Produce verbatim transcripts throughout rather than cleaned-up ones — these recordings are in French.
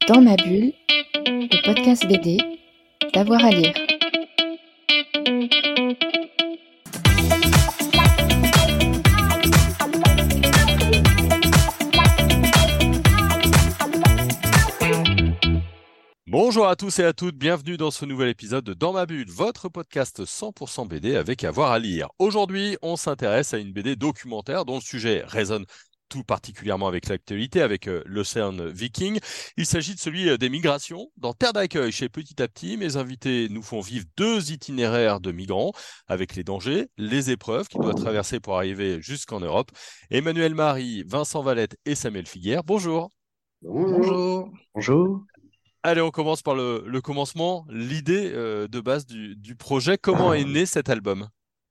Dans ma bulle, le podcast B D, d'avoir à lire. Bonjour à tous et à toutes, bienvenue dans ce nouvel épisode de Dans ma bulle, votre podcast cent pour cent B D avec avoir à lire. Aujourd'hui, on s'intéresse à une B D documentaire dont le sujet résonne tout particulièrement avec l'actualité, avec euh, l'Océan Viking. Il s'agit de celui euh, des migrations. Dans Terre d'accueil, chez Petit à Petit, mes invités nous font vivre deux itinéraires de migrants avec les dangers, les épreuves qu'ils doivent traverser pour arriver jusqu'en Europe. Emmanuel Marie, Vincent Valette et Samuel Figuière, bonjour. Bonjour. Bonjour. Bonjour. Allez, on commence par le, le commencement, l'idée euh, de base du, du projet. Comment est né cet album?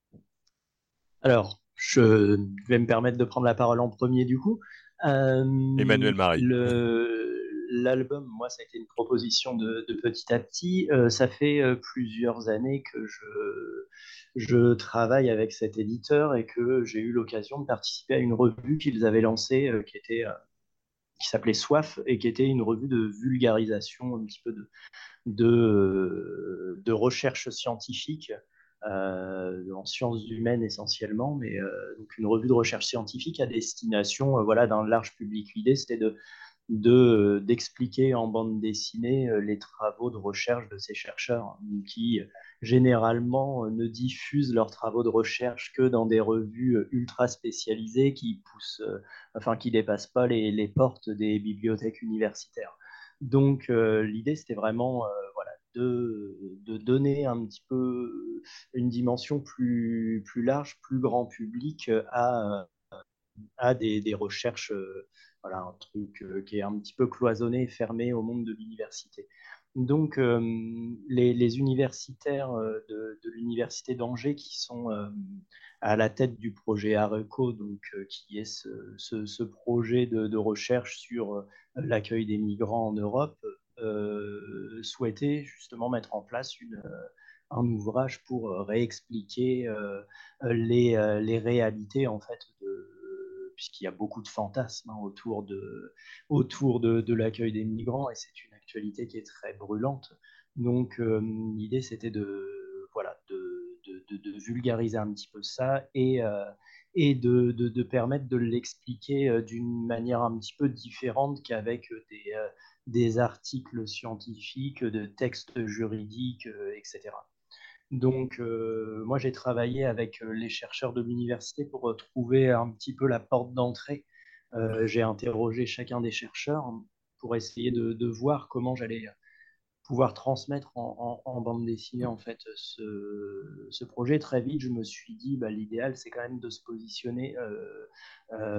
Alors, je vais me permettre de prendre la parole en premier du coup. Euh, Emmanuel Marie. le, l'album, moi, ça a été une proposition de, de Petit à Petit. Euh, ça fait euh, plusieurs années que je, je travaille avec cet éditeur et que j'ai eu l'occasion de participer à une revue qu'ils avaient lancée euh, qui était, euh, qui s'appelait Soif et qui était une revue de vulgarisation un petit peu de, de, de recherche scientifique euh, en sciences humaines essentiellement, mais euh, donc une revue de recherche scientifique à destination euh, voilà, d'un large public. L'idée, c'était de, de, d'expliquer en bande dessinée euh, les travaux de recherche de ces chercheurs qui, généralement, ne diffusent leurs travaux de recherche que dans des revues euh, ultra spécialisées qui poussent, euh, enfin, qui dépassent pas les, les portes des bibliothèques universitaires. Donc, euh, l'idée, c'était vraiment euh, voilà, de, de donner un petit peu une dimension plus, plus large, plus grand public à, à des, des recherches, euh, voilà, un truc euh, qui est un petit peu cloisonné et fermé au monde de l'université. Donc, euh, les, les, universitaires euh, de, de l'université d'Angers qui sont euh, à la tête du projet ARECO, donc, euh, qui est ce, ce, ce projet de, de, recherche sur euh, l'accueil des migrants en Europe, euh, souhaitaient justement mettre en place une, euh, un ouvrage pour euh, réexpliquer euh, les, euh, les réalités en fait de, puisqu'il y a beaucoup de fantasmes hein, autour de, autour de, de l'accueil des migrants et c'est une actualité qui est très brûlante. Donc euh, l'idée c'était de, voilà, de, de, de, de, vulgariser un petit peu ça et, euh, et de, de, de, permettre de l'expliquer euh, d'une manière un petit peu différente qu'avec des, euh, des articles scientifiques, de textes juridiques, euh, et cetera. Donc, euh, moi, j'ai travaillé avec euh, les chercheurs de l'université pour euh, trouver un petit peu la porte d'entrée. Euh, j'ai interrogé chacun des chercheurs pour essayer de, de voir comment j'allais pouvoir transmettre en, en, en, bande dessinée en fait ce, ce, projet. Très vite, je me suis dit, bah, l'idéal, c'est quand même de se positionner, euh, euh,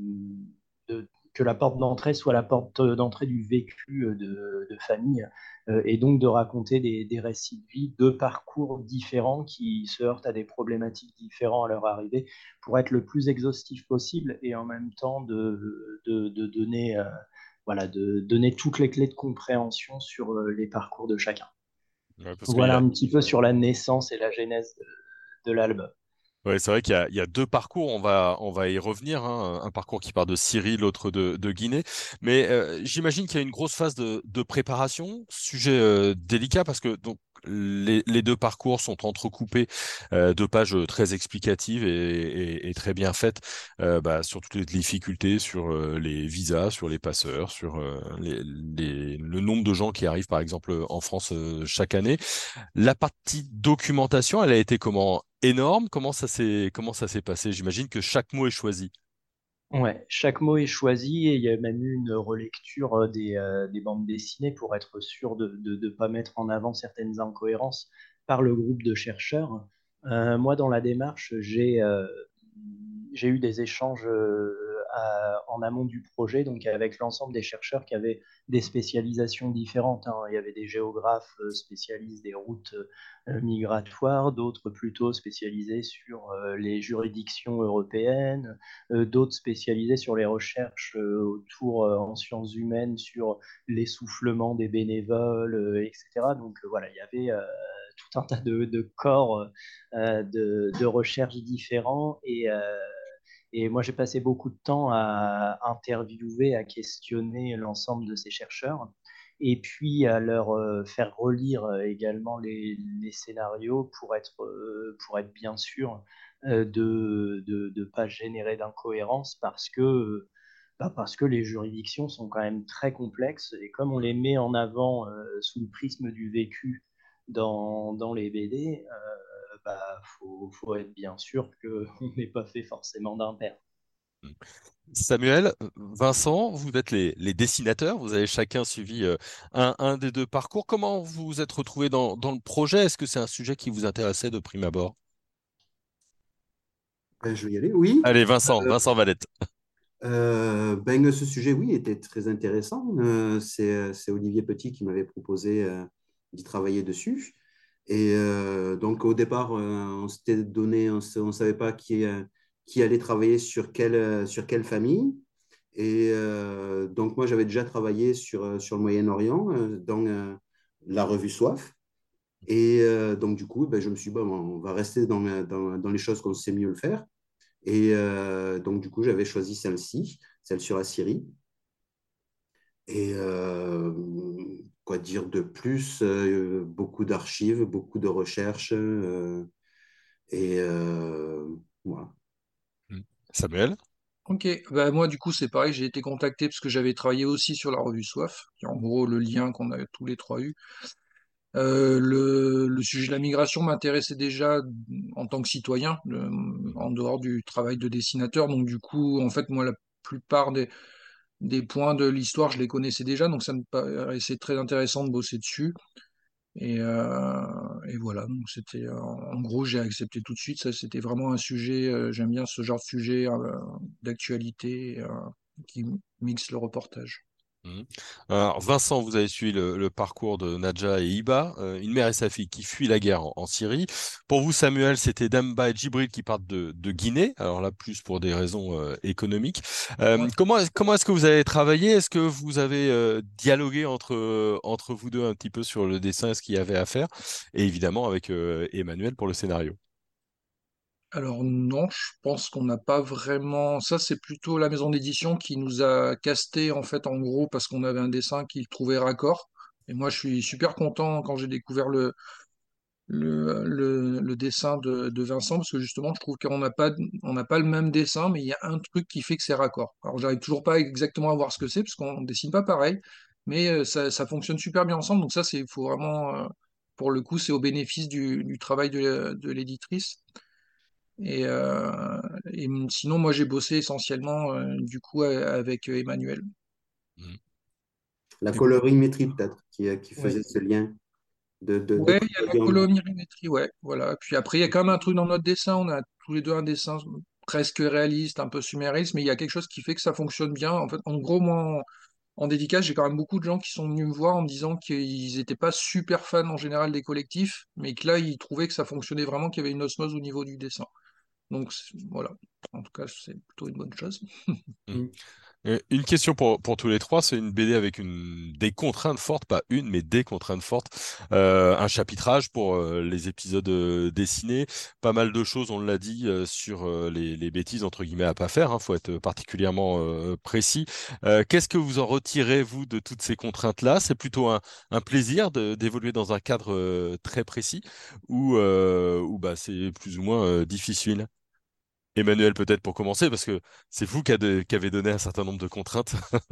de, que la porte d'entrée soit la porte d'entrée du vécu de, de famille, euh, et donc de raconter des, des récits de vie, de parcours différents qui se heurtent à des problématiques différentes à leur arrivée, pour être le plus exhaustif possible et en même temps de, de, de donner... Euh, voilà, de donner toutes les clés de compréhension sur euh, les parcours de chacun. Ouais, parce qu'il y Voilà a... un petit peu sur la naissance et la genèse de, de l'album. Ouais, c'est vrai qu'il y a, il y a deux parcours, on va, on va y revenir, hein. Un parcours qui part de Syrie, l'autre de, de Guinée. Mais euh, j'imagine qu'il y a une grosse phase de, de préparation, sujet euh, délicat parce que donc, les, les deux parcours sont entrecoupés euh, de pages très explicatives et, et, et très bien faites euh, bah, sur toutes les difficultés, sur euh, les visas, sur les passeurs, sur euh, les, les, le nombre de gens qui arrivent par exemple en France euh, chaque année. La partie documentation, elle a été comment? Énorme? Comment ça s'est comment ça s'est passé? J'imagine que chaque mot est choisi. Ouais, chaque mot est choisi et il y a même eu une relecture euh, des, euh, des bandes dessinées pour être sûr de ne pas mettre en avant certaines incohérences par le groupe de chercheurs. Euh, moi, dans la démarche, j'ai euh, j'ai eu des échanges euh, à- en amont du projet, donc avec l'ensemble des chercheurs qui avaient des spécialisations différentes, hein. Il y avait des géographes euh, spécialistes des routes euh, migratoires, d'autres plutôt spécialisés sur euh, les juridictions européennes, euh, d'autres spécialisés sur les recherches euh, autour euh, en sciences humaines, sur l'essoufflement des bénévoles, euh, et cetera. Donc euh, voilà, il y avait euh, tout un tas de, de corps euh, de, de recherche différents et euh, et moi, j'ai passé beaucoup de temps à interviewer, à questionner l'ensemble de ces chercheurs. et puis à leur euh, faire relire euh, également les, les scénarios pour être, euh, pour être bien sûr euh, de ne de, de pas générer d'incohérences parce que, bah, parce que les juridictions sont quand même très complexes et comme on les met en avant euh, sous le prisme du vécu dans, dans les B D, euh, bah, faut, faut être bien sûr qu'on n'est pas fait forcément d'impair. Samuel, Vincent, vous êtes les, les dessinateurs, vous avez chacun suivi euh, un, un des deux parcours. Comment vous vous êtes retrouvés dans, dans le projet? Est-ce que c'est un sujet qui vous intéressait de prime abord? Ben, je vais y aller, oui. Allez, Vincent, Vincent Valette. Euh, ben, ce sujet, oui, était très intéressant. Euh, c'est, c'est Olivier Petit qui m'avait proposé euh, d'y travailler dessus. Et euh, donc, au départ, euh, on s'était donné, on ne savait pas qui, euh, qui allait travailler sur quelle, euh, sur quelle famille. Et euh, donc, moi, j'avais déjà travaillé sur, euh, sur le Moyen-Orient, euh, dans euh, la revue Soif. Et euh, donc, du coup, ben, je me suis dit, bon, on va rester dans, dans, dans les choses qu'on sait mieux le faire. Et euh, donc, du coup, j'avais choisi celle-ci, celle sur Assyrie. Et euh, quoi dire de plus? Euh, beaucoup d'archives, beaucoup de recherches. Euh, et euh, voilà. Hmm. Samuel? Ok, bah moi du coup c'est pareil, j'ai été contacté parce que j'avais travaillé aussi sur la revue Soif, qui est en gros le lien qu'on a tous les trois eu. Euh, le, le sujet de la migration m'intéressait déjà en tant que citoyen, le- en dehors du travail de dessinateur. Donc du coup, en fait, moi la plupart des, des points de l'histoire, je les connaissais déjà, donc ça me paraissait très intéressant de bosser dessus. Et, euh, et voilà, donc c'était euh, en gros j'ai accepté tout de suite. Ça c'était vraiment un sujet, euh, j'aime bien ce genre de sujet euh, d'actualité euh, qui mixe le reportage. Mhm. Alors, Vincent, vous avez suivi le, le parcours de Nadja et Iba, euh, une mère et sa fille qui fuient la guerre en, en Syrie. Pour vous, Samuel, c'était Damba et Djibril qui partent de, de Guinée, alors là, plus pour des raisons euh, économiques. Euh, Ouais. comment, est- comment est-ce que vous avez travaillé? Est-ce que vous avez euh, dialogué entre, euh, entre vous deux un petit peu sur le dessin et ce qu'il y avait à faire? Et évidemment avec euh, Emmanuel pour le scénario. Alors non, je pense qu'on n'a pas vraiment. Ça, c'est plutôt la maison d'édition qui nous a casté en fait en gros parce qu'on avait un dessin qu'ils trouvaient raccord. Et moi, je suis super content quand j'ai découvert le, le, le, le dessin de, de Vincent parce que justement, je trouve qu'on n'a pas, on n'a pas le même dessin, mais il y a un truc qui fait que c'est raccord. Alors, j'arrive toujours pas exactement à voir ce que c'est parce qu'on dessine pas pareil, mais euh, ça, ça fonctionne super bien ensemble. Donc ça, c'est faut vraiment, euh, pour le coup, c'est au bénéfice du, du travail de, de l'éditrice. Et, euh, et sinon, moi, j'ai bossé essentiellement euh, du coup a- avec euh, Emmanuel. Mhm. La Et vous? colorimétrie, peut-être, qui, euh, qui Oui. faisait ce lien de, de, de Ouais, il y a la travailler en- colorimétrie, ouais, voilà. Puis après, il y a quand même un truc dans notre dessin. On a tous les deux un dessin presque réaliste, un peu sumériste, mais il y a quelque chose qui fait que ça fonctionne bien. En fait, en gros, moi, en, en dédicace, j'ai quand même beaucoup de gens qui sont venus me voir en me disant qu'ils n'étaient pas super fans en général des collectifs, mais que là, ils trouvaient que ça fonctionnait vraiment, qu'il y avait une osmose au niveau du dessin. Donc c'est- voilà. En tout cas, c'est plutôt une bonne chose. Mhm. Mm. Euh, Une question pour, pour tous les trois, c'est une B D avec une, des contraintes fortes, pas une, mais des contraintes fortes. Euh, un chapitrage pour euh, les épisodes euh, dessinés, pas mal de choses, on l'a dit, euh, sur euh, les, les bêtises, entre guillemets, à pas faire, hein, faut être particulièrement euh, précis. Euh, qu'est-ce que vous en retirez, vous, de toutes ces contraintes-là? C'est plutôt un, un plaisir de, d'évoluer dans un cadre euh, très précis ou, euh, ou bah, c'est plus ou moins euh, difficile? Emmanuel, peut-être pour commencer, parce que c'est vous qui, a de- qui avez donné un certain nombre de contraintes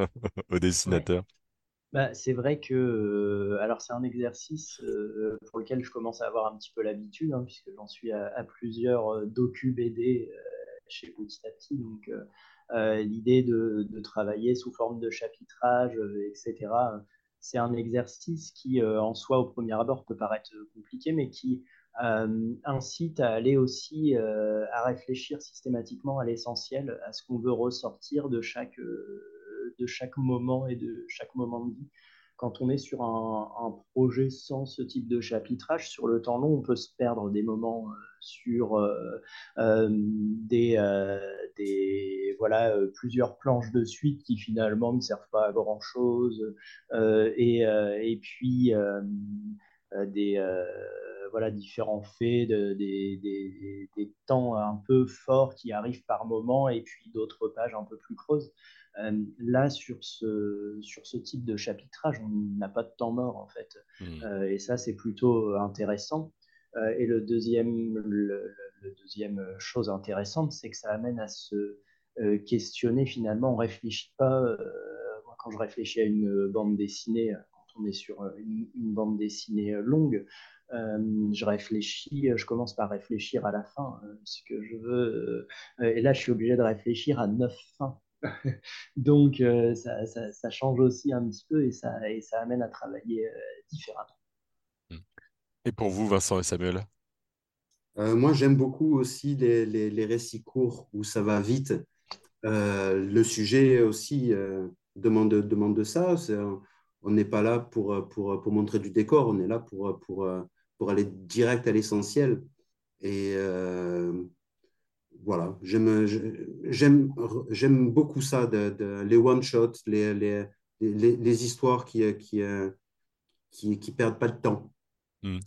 au Ouais. dessinateur. Bah, c'est vrai que, euh, alors c'est un exercice euh, pour lequel je commence à avoir un petit peu l'habitude, hein, puisque j'en suis à, à plusieurs euh, docu-B D euh, chez Petit à Petit. Donc, euh, euh, l'idée de, de travailler sous forme de chapitrage, euh, et cetera, euh, c'est un exercice qui, euh, en soi, au premier abord, peut paraître compliqué, mais qui euh, incite à aller aussi euh, à réfléchir systématiquement à l'essentiel, à ce qu'on veut ressortir de chaque, euh, de chaque moment et de chaque moment de vie. Quand on est sur un, un projet sans ce type de chapitrage, sur le temps long, on peut se perdre des moments euh, sur euh, euh, des, euh, des voilà euh, plusieurs planches de suite qui finalement ne servent pas à grand chose euh, et, euh, et puis euh, euh, des, euh, voilà, différents faits, de, des, des, des temps un peu forts qui arrivent par moment et puis d'autres pages un peu plus creuses. Euh, là, sur ce, sur ce type de chapitrage, on n'a pas de temps mort en fait. Mm. Euh, et ça, c'est plutôt intéressant. Euh, et le deuxième, le, le deuxième chose intéressante, c'est que ça amène à se euh, questionner finalement. On réfléchit pas. Euh, moi, quand je réfléchis à une bande dessinée, quand on est sur une, une bande dessinée longue, euh, je réfléchis, je commence par réfléchir à la fin, euh, ce que je veux. Euh, et là, je suis obligé de réfléchir à neuf fins. Donc, euh, ça, ça, ça, change aussi un petit peu et ça, et ça amène à travailler euh, différemment. Mm. Et pour vous, Vincent et Samuel? Euh, moi, j'aime beaucoup aussi les, les, les récits courts où ça va vite. Euh, le sujet aussi euh, demande, demande de ça. C'est, on n'est pas là pour, pour, pour montrer du décor, on est là pour, pour, pour aller direct à l'essentiel. Et euh, voilà, j'aime, j'aime, j'aime beaucoup ça, de, de- les one-shots, les, les, les, les histoires qui, qui, qui, qui perdent pas de temps. Mm.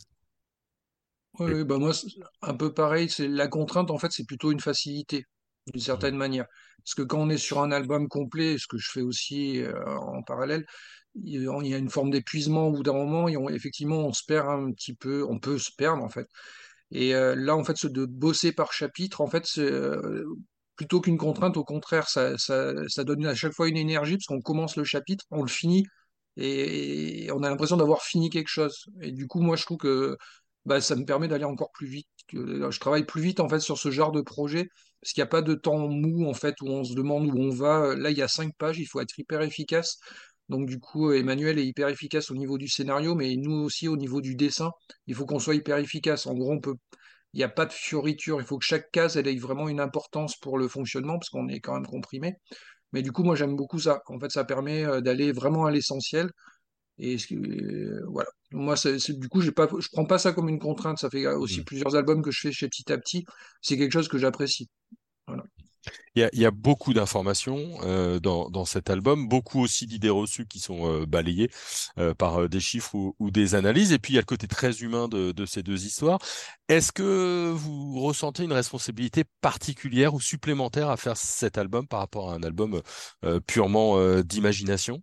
Oui, oui, bah moi, c'est un peu pareil. C'est la contrainte, en fait, c'est plutôt une facilité, d'une Mm. certaine manière. Parce que quand on est sur un album complet, ce que je fais aussi euh, en parallèle, il y a il y a une forme d'épuisement au bout d'un moment, et on- effectivement, on se perd un petit peu, on peut se perdre, en fait. Et euh, là, en fait, ce de bosser par chapitre, en fait, c'est euh, plutôt qu'une contrainte, au contraire, ça, ça, ça donne à chaque fois une énergie, parce qu'on commence le chapitre, on le finit, et, et on a l'impression d'avoir fini quelque chose. Et du coup, moi, je trouve que bah, ça me permet d'aller encore plus vite. Que- Je travaille plus vite, en fait, sur ce genre de projet, parce qu'il n'y a pas de temps mou, en fait, où on se demande où on va. Là, il y a cinq pages, il faut être hyper efficace. Donc, du coup, Emmanuel est hyper efficace au niveau du scénario, mais nous aussi au niveau du dessin il faut qu'on soit hyper efficace. En gros, on peut, il n'y a pas de fioriture. Il faut que chaque case elle ait vraiment une importance pour le fonctionnement parce qu'on est quand même comprimé. Mais du coup, moi, j'aime beaucoup ça. En fait, ça permet euh, d'aller vraiment à l'essentiel. Et ce qui- euh, voilà. Moi, c'est, c'est- du coup, j'ai pas, je prends pas ça comme une contrainte. Ça fait aussi Mm. plusieurs albums que je fais chez Petit à Petit. C'est quelque chose que j'apprécie. Voilà. Il y a, il y a beaucoup d'informations euh, dans, dans cet album, beaucoup aussi d'idées reçues qui sont euh, balayées euh, par euh, des chiffres ou, ou des analyses. Et puis il y a le côté très humain de, de ces deux histoires. Est-ce que vous ressentez une responsabilité particulière ou supplémentaire à faire cet album par rapport à un album euh, purement euh, d'imagination?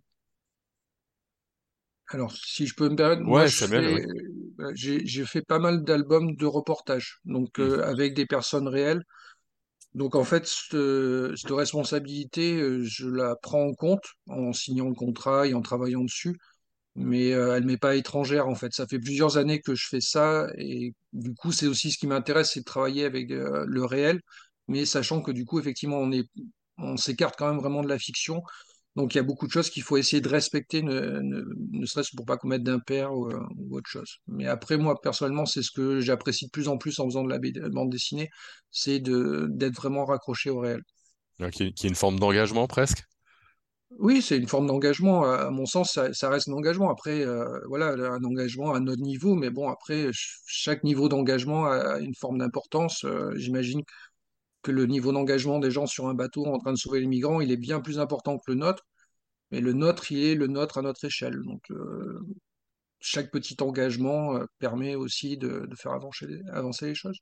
Alors, si je peux me permettre, moi, Ouais, je Samuel, fais, oui. euh, j'ai, j'ai fait pas mal d'albums de reportage, donc Mm. euh, avec des personnes réelles. Donc en fait, cette, cette responsabilité, euh, je la prends en compte en signant le contrat et en travaillant dessus, mais euh, elle m'est pas étrangère en fait. Ça fait plusieurs années que je fais ça et du coup, c'est aussi ce qui m'intéresse, c'est de travailler avec euh, le réel, mais sachant que du coup, effectivement, on est, on s'écarte quand même vraiment de la fiction. Donc il y a beaucoup de choses qu'il faut essayer de respecter, ne, ne, ne serait-ce pour pas commettre d'impair ou, euh, ou autre chose. Mais après, moi, personnellement, c'est ce que j'apprécie de plus en plus en faisant de la B D bande dessinée, c'est de d'être vraiment raccroché au réel. Donc, Qui, qui est une forme d'engagement presque? Oui, c'est une forme d'engagement. À à mon sens, ça, ça reste un engagement. Après, euh, voilà, un engagement à notre niveau, mais bon, après, ch- chaque niveau d'engagement a une forme d'importance. Euh, j'imagine que le niveau d'engagement des gens sur un bateau en train de sauver les migrants, il est bien plus important que le nôtre. Mais le nôtre, il est le nôtre à notre échelle. Donc, euh, chaque petit engagement euh, permet aussi de, de faire avancer, avancer les choses.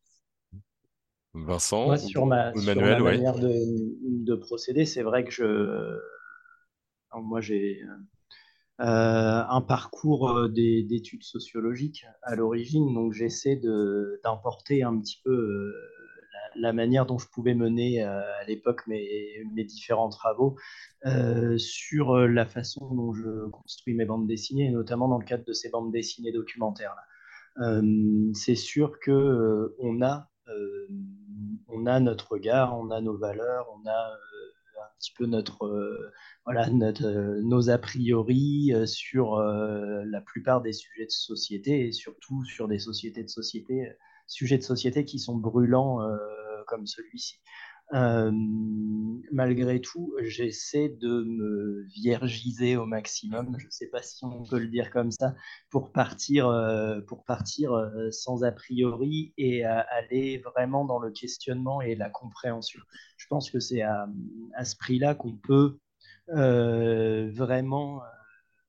Vincent Moi, ou, sur ma, ou sur ma Emmanuel, oui. manière de, de procéder, c'est vrai que je, moi, j'ai euh, un parcours euh, des- d'études sociologiques à l'origine, donc j'essaie de, d'importer un petit peu euh, la, la manière dont je pouvais mener euh, à l'époque mes, mes différents travaux euh, sur euh, la façon dont je construis mes bandes dessinées, et notamment dans le cadre de ces bandes dessinées documentaires. Là. Euh, c'est sûr que euh, on a euh, on a notre regard, on a nos valeurs, on a euh, un petit peu notre euh, voilà notre, euh, nos a priori euh, sur euh, la plupart des sujets de société et surtout sur des sociétés de société sujets de société qui sont brûlants euh, comme celui-ci. Euh, Malgré tout, j'essaie de me viergiser au maximum. Je ne sais pas si on peut le dire comme ça, pour partir, euh, pour partir euh, sans a priori et à aller vraiment dans le questionnement et la compréhension. Je pense que c'est à, à ce prix-là qu'on peut euh, vraiment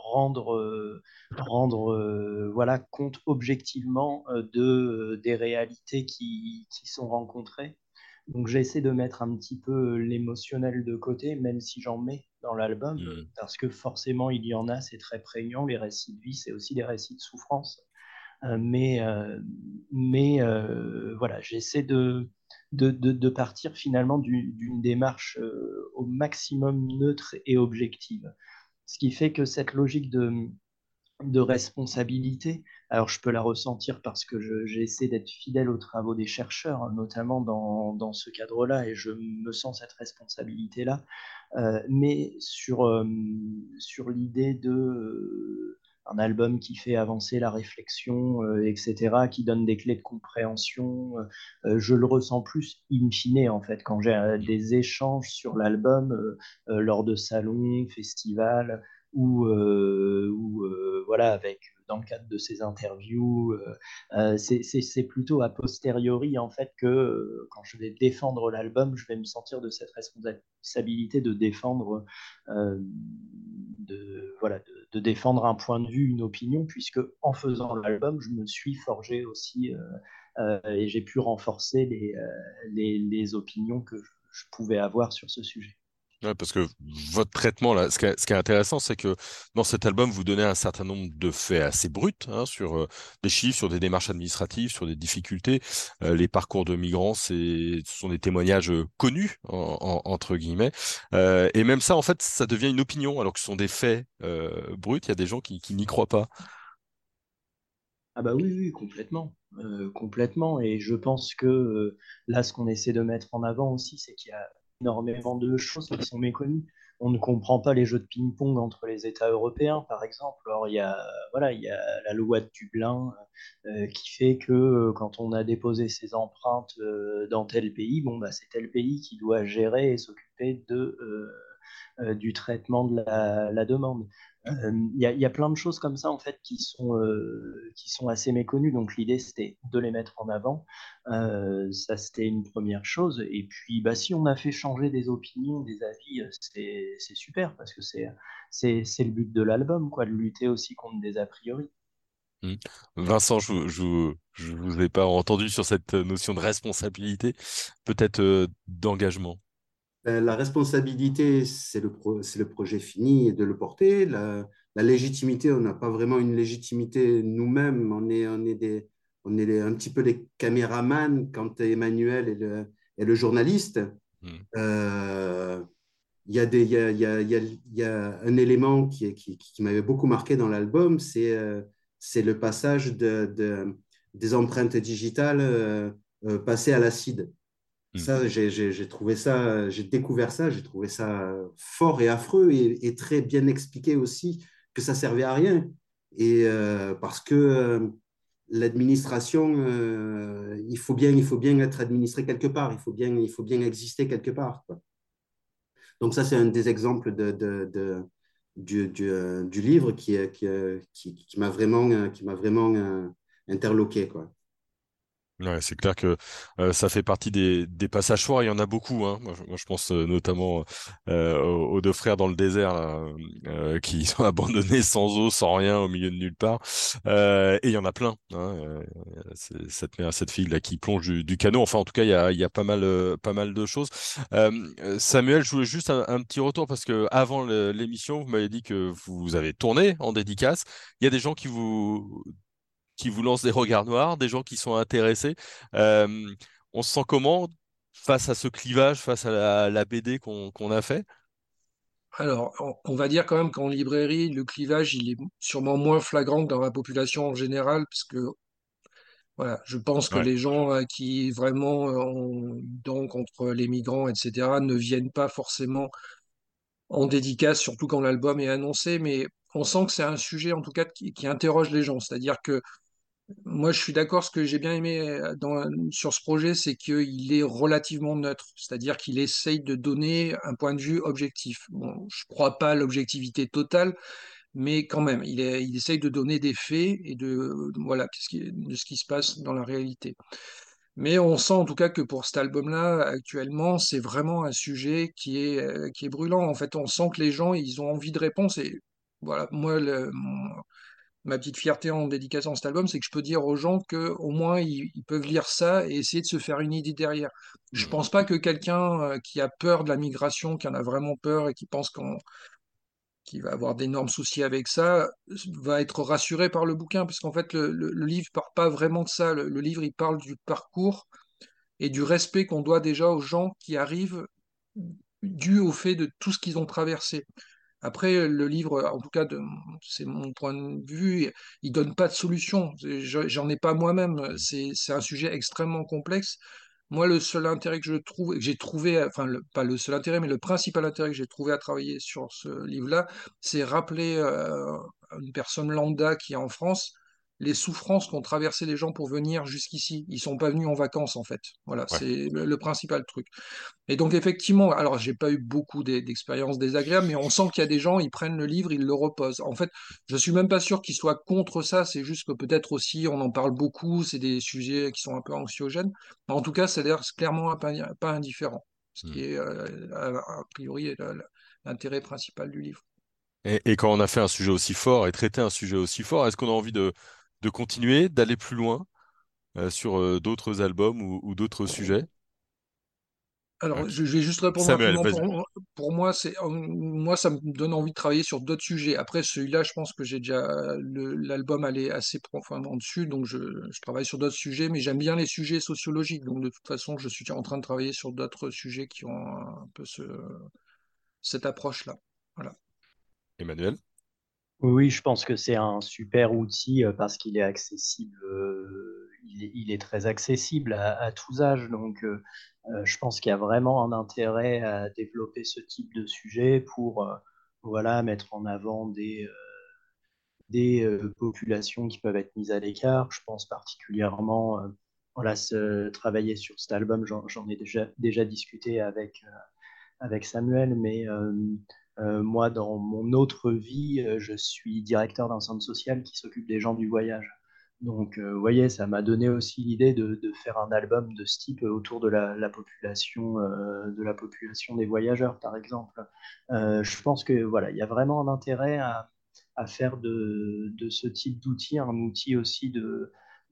rendre, euh, rendre euh, voilà, compte objectivement euh, de, euh, des réalités qui, qui sont rencontrées. Donc j'essaie de mettre un petit peu l'émotionnel de côté, même si j'en mets dans l'album, Hmm. parce que forcément il y en a, c'est très prégnant, les récits de vie, c'est aussi des récits de souffrance. Euh, mais euh, mais euh, voilà, j'essaie de, de, de, de partir finalement du- d'une démarche euh, au maximum neutre et objective. Ce qui fait que cette logique de, de responsabilité, alors je peux la ressentir parce que je- j'essaie d'être fidèle aux travaux des chercheurs, hein, notamment dans, dans ce cadre-là, et je me sens cette responsabilité-là. Euh, mais sur, euh, sur l'idée de euh, un album qui fait avancer la réflexion, euh, et cetera, qui donne des clés de compréhension, euh, je le ressens plus in fine, en fait, quand j'ai euh, des échanges sur l'album euh, euh, lors de salons, festivals, ou, euh, ou euh, voilà, avec, dans le cadre de ces interviews, euh, euh, c'est c'est- c'est plutôt a posteriori, en fait, que euh, quand je vais défendre l'album, je vais me sentir de cette responsabilité de défendre, euh, de, voilà, de, de défendre un point de vue, une opinion, puisque en faisant l'album, je me suis forgé aussi euh, euh, et j'ai pu renforcer les, euh, les, les opinions que je, je pouvais avoir sur ce sujet. Ouais, parce que votre traitement, là, ce qui est, ce qui est intéressant, c'est que dans cet album, vous donnez un certain nombre de faits assez bruts, hein, sur euh, des chiffres, sur des démarches administratives, sur des difficultés. Euh, les parcours de migrants, c'est, ce sont des témoignages euh, connus, en- en- entre guillemets. Euh, et même ça, en fait, ça devient une opinion, alors que ce sont des faits euh, bruts. Il y a des gens qui, qui n'y croient pas. Ah bah oui, oui, complètement. Euh, complètement. Et je pense que euh, là, ce qu'on essaie de mettre en avant aussi, c'est qu'il y a énormément de choses qui sont méconnues. On ne comprend pas les jeux de ping-pong entre les États européens, par exemple. Alors, il y a, voilà, il y a la loi de Dublin euh, qui fait que euh, quand on a déposé ses empreintes euh, dans tel pays, bon, bah, c'est tel pays qui doit gérer et s'occuper de, euh, euh, du traitement de la, la demande. Euh, Il y, a, y a plein de choses comme ça en fait qui sont, euh, qui sont assez méconnues. Donc l'idée c'était de les mettre en avant. Euh, ça c'était une première chose. Et puis bah, si on a fait changer des opinions, des avis, euh, c'est c'est super parce que c'est c'est c'est le but de l'album, quoi, de lutter aussi contre des a priori. Hmm. Vincent, je, vous- je, vous- je vous ai pas entendu sur cette notion de responsabilité, peut-être euh, d'engagement. Ben, la responsabilité, c'est le, pro- c'est le projet fini et de le porter. La, la légitimité, on n'a pas vraiment une légitimité nous-mêmes. On est, on est, des, on est les- un petit peu les caméramans quand Emmanuel est le, est le journaliste. Hmm. Euh, Il y a des, il y a, il y a, il y a, il y a un élément qui, est- qui, qui m'avait beaucoup marqué dans l'album, c'est euh, c'est le passage de, de- des empreintes digitales euh, euh, passées à l'acide. Hmm. Ça, j'ai j'ai- j'ai trouvé ça, j'ai découvert ça, j'ai trouvé ça fort et affreux et, et très bien expliqué aussi que ça servait à rien. Et euh, parce que euh, l'administration, euh, il faut bien, il faut bien être administré quelque part, il faut bien, il faut bien exister quelque part, quoi. Donc ça, c'est un des exemples de, de- de- du, du, euh, du livre qui, euh, qui, euh, qui, qui m'a vraiment, euh, qui m'a vraiment euh, interloqué, quoi. Ouais, c'est clair que euh, ça fait partie des, des passages forts. Il y en a beaucoup, hein. Moi, je, moi, je pense euh, notamment euh, aux, aux deux frères dans le désert là, euh, qui sont abandonnés sans eau, sans rien, au milieu de nulle part. Euh, et il y en a plein, hein. Euh, c'est- cette mère, cette fille là qui plonge du, du canot. Enfin, en tout cas, il y a, il y a pas mal, euh, pas mal de choses. Euh, euh, Samuel, je voulais juste un, un petit retour parce que avant le- l'émission, vous m'avez dit que vous avez tourné en dédicace. Il y a des gens qui vous qui vous lancent des regards noirs, des gens qui sont intéressés. Euh, on se sent comment face à ce clivage, face à la, la B D qu'on qu'on a fait? Alors, on, on va dire quand même qu'en librairie, le clivage, il est sûrement moins flagrant que dans la population en général, parce que voilà, je pense que Ouais. les gens euh, qui vraiment euh, ont une dent contre les migrants, et cetera, ne viennent pas forcément en dédicace, surtout quand l'album est annoncé, mais on sent que c'est un sujet en tout cas qui, qui interroge les gens. C'est-à-dire que moi, je suis d'accord, ce que j'ai bien aimé euh, dans, sur ce projet, c'est qu'il est relativement neutre, c'est-à-dire qu'il essaye de donner un point de vue objectif. Bon, je ne crois pas à l'objectivité totale, mais quand même, il, est- il essaye de donner des faits et de, voilà, ce qui- de ce qui se passe dans la réalité. Mais on sent en tout cas que pour cet album-là, actuellement, c'est vraiment un sujet qui est, euh, qui est brûlant. En fait, on sent que les gens, ils ont envie de réponses. Et voilà, moi, le- mon- ma petite fierté en dédicaçant cet album, c'est que je peux dire aux gens que au moins ils, ils peuvent lire ça et essayer de se faire une idée derrière. Je pense pas que quelqu'un euh, qui a peur de la migration, qui en a vraiment peur et qui pense qu'on qui va avoir d'énormes soucis avec ça, va être rassuré par le bouquin, parce qu'en fait, le, le, le livre part pas vraiment de ça. Le, le livre, il parle du parcours et du respect qu'on doit déjà aux gens qui arrivent dû au fait de tout ce qu'ils ont traversé. Après, le livre, en tout cas, de- c'est mon point de vue, il donne pas de solution. Je- J'en ai pas moi-même. C'est, c'est un sujet extrêmement complexe. Moi, le seul intérêt que je trouve, que j'ai trouvé, enfin, le- pas le seul intérêt, mais le principal intérêt que j'ai trouvé à travailler sur ce livre-là, c'est rappeler euh, à une personne lambda qui est en France les souffrances qu'ont traversé les gens pour venir jusqu'ici. Ils sont pas venus en vacances, en fait. Voilà, Ouais. c'est le, le principal truc. Et donc effectivement, alors j'ai pas eu beaucoup d'e- d'expériences désagréables, mais on sent qu'il y a des gens, ils prennent le livre, ils le reposent. En fait, je suis même pas sûr qu'ils soient contre ça, c'est juste que peut-être aussi on en parle beaucoup, c'est des sujets qui sont un peu anxiogènes. Mais en tout cas, ça a l'air clairement pas, pas indifférent, ce Hmm. qui est euh, a, a priori est la- la- l'intérêt principal du livre. Et, et quand on a fait un sujet aussi fort et traité un sujet aussi fort, est-ce qu'on a envie de, de continuer, d'aller plus loin euh, sur euh, d'autres albums ou, ou d'autres sujets? Alors, Ok. je je vais juste répondre Samuel, rapidement. vas-y. Pour, pour moi, c'est, euh, moi, ça me donne envie de travailler sur d'autres sujets. Après, celui-là, je pense que j'ai déjà le- l'album allait assez profondément dessus, donc je, je travaille sur d'autres sujets, mais j'aime bien les sujets sociologiques. Donc, de toute façon, je suis en train de travailler sur d'autres sujets qui ont un peu ce, cette approche-là. Voilà. Emmanuel? Oui, je pense que c'est un super outil euh, parce qu'il est accessible, euh, il est, il est très accessible à, à tous âges. Donc, euh, euh, je pense qu'il y a vraiment un intérêt à développer ce type de sujet pour, euh, voilà, mettre en avant des, euh, des euh, populations qui peuvent être mises à l'écart. Je pense particulièrement, euh, voilà, ce- travailler sur cet album, j'en, j'en ai déjà, déjà discuté avec, euh, avec Samuel, mais euh, euh, moi, dans mon autre vie, euh, je suis directeur d'un centre social qui s'occupe des gens du voyage. Donc, euh, vous voyez, ça m'a donné aussi l'idée de, de faire un album de ce type autour de la, la population, euh, de la population des voyageurs, par exemple. Euh, je pense que voilà, il y a vraiment un intérêt à, à faire de, de ce type d'outil un outil aussi de,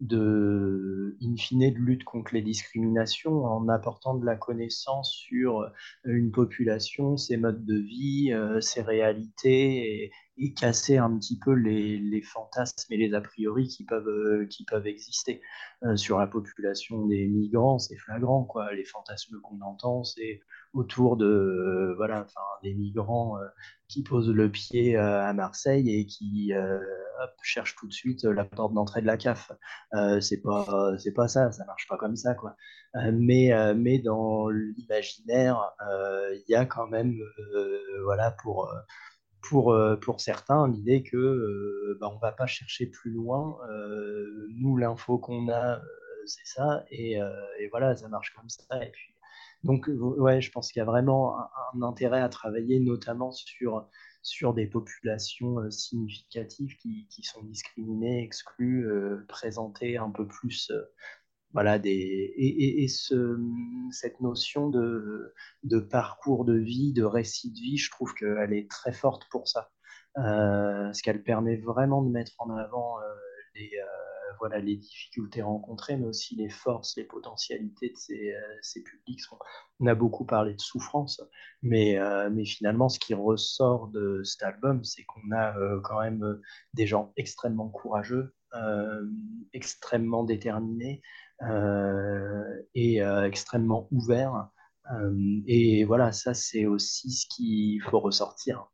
de, in fine, de lutte contre les discriminations en apportant de la connaissance sur une population, ses modes de vie, euh, ses réalités et, et casser un petit peu les, les fantasmes et les a priori qui peuvent, euh, qui peuvent exister. Euh, sur la population des migrants, c'est flagrant, quoi. Les fantasmes qu'on entend, c'est autour de, euh, voilà, enfin, des migrants euh, qui posent le pied euh, à Marseille et qui euh, hop, cherchent tout de suite la porte d'entrée de la C A F. Euh, c'est pas, c'est pas ça, ça marche pas comme ça, quoi. Euh, mais, euh, mais dans l'imaginaire, euh, il y a quand même, euh, voilà, pour, euh, pour, euh, pour certains, l'idée que euh, bah, on va pas chercher plus loin. Euh, nous, l'info qu'on a, euh, c'est ça, et, euh, et voilà, ça marche comme ça. Et puis, donc, euh, ouais, je pense qu'il y a vraiment un, un intérêt à travailler, notamment sur, sur des populations euh, significatives qui, qui sont discriminées, exclues, euh, présentées un peu plus. Euh, voilà, des, et, et, et ce, cette notion de, de parcours de vie, de récit de vie, je trouve qu'elle est très forte pour ça. Euh, parce qu'elle permet vraiment de mettre en avant euh, les, euh, voilà, les difficultés rencontrées, mais aussi les forces, les potentialités de ces, euh, ces publics. On a beaucoup parlé de souffrance, mais, euh, mais finalement, ce qui ressort de cet album, c'est qu'on a euh, quand même euh, des gens extrêmement courageux, euh, extrêmement déterminés, euh, et euh, extrêmement ouvert. Euh, et voilà, ça, c'est aussi ce qu'il faut ressortir.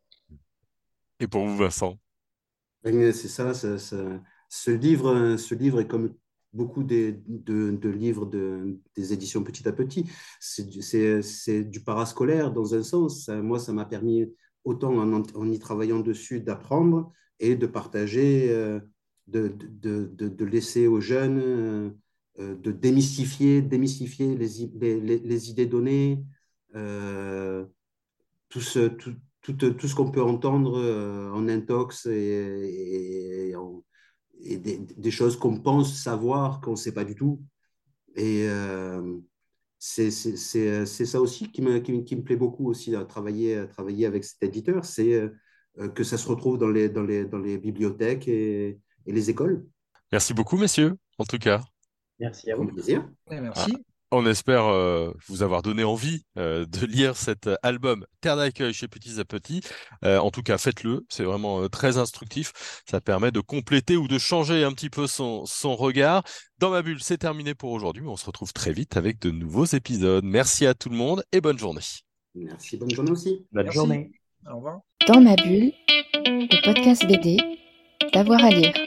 Et pour vous, Vincent? Oui, c'est ça, ça, ça- ce livre, ce livre est comme beaucoup des, de, de livres de, des éditions Petit à Petit. C'est du c'est- c'est du parascolaire dans un sens. Ça- moi, ça m'a permis, autant en, en- en y travaillant dessus, d'apprendre et de partager, euh, de, de, de, de laisser aux jeunes, euh, euh, de démystifier, démystifier les, i- les, les- les idées données. euh, tout ce, tout, tout, tout ce qu'on peut entendre euh, en intox et, et, en- et des, des choses qu'on pense savoir, qu'on ne sait pas du tout. Et euh, c'est c'est- c'est- c'est ça aussi qui me, qui, me qui me plaît beaucoup aussi à travailler, à travailler avec cet éditeur, c'est euh, euh, que ça se retrouve dans les, dans les, dans les bibliothèques et, et les écoles. Merci beaucoup, messieurs, en tout cas. Merci à Grand vous. plaisir. Et Ah, merci. on espère euh, vous avoir donné envie euh, de lire cet euh, album Terre d'accueil chez Petits à Petits. Euh, en tout cas, faites-le, c'est vraiment euh, très instructif. Ça permet de compléter ou de changer un petit peu son, son regard. Dans ma bulle, c'est terminé pour aujourd'hui, mais on se retrouve très vite avec de nouveaux épisodes. Merci à tout le monde et bonne journée. Merci, bonne journée aussi. Bonne Merci. journée. Au revoir. Dans ma bulle, le podcast B D, d'avoir à lire.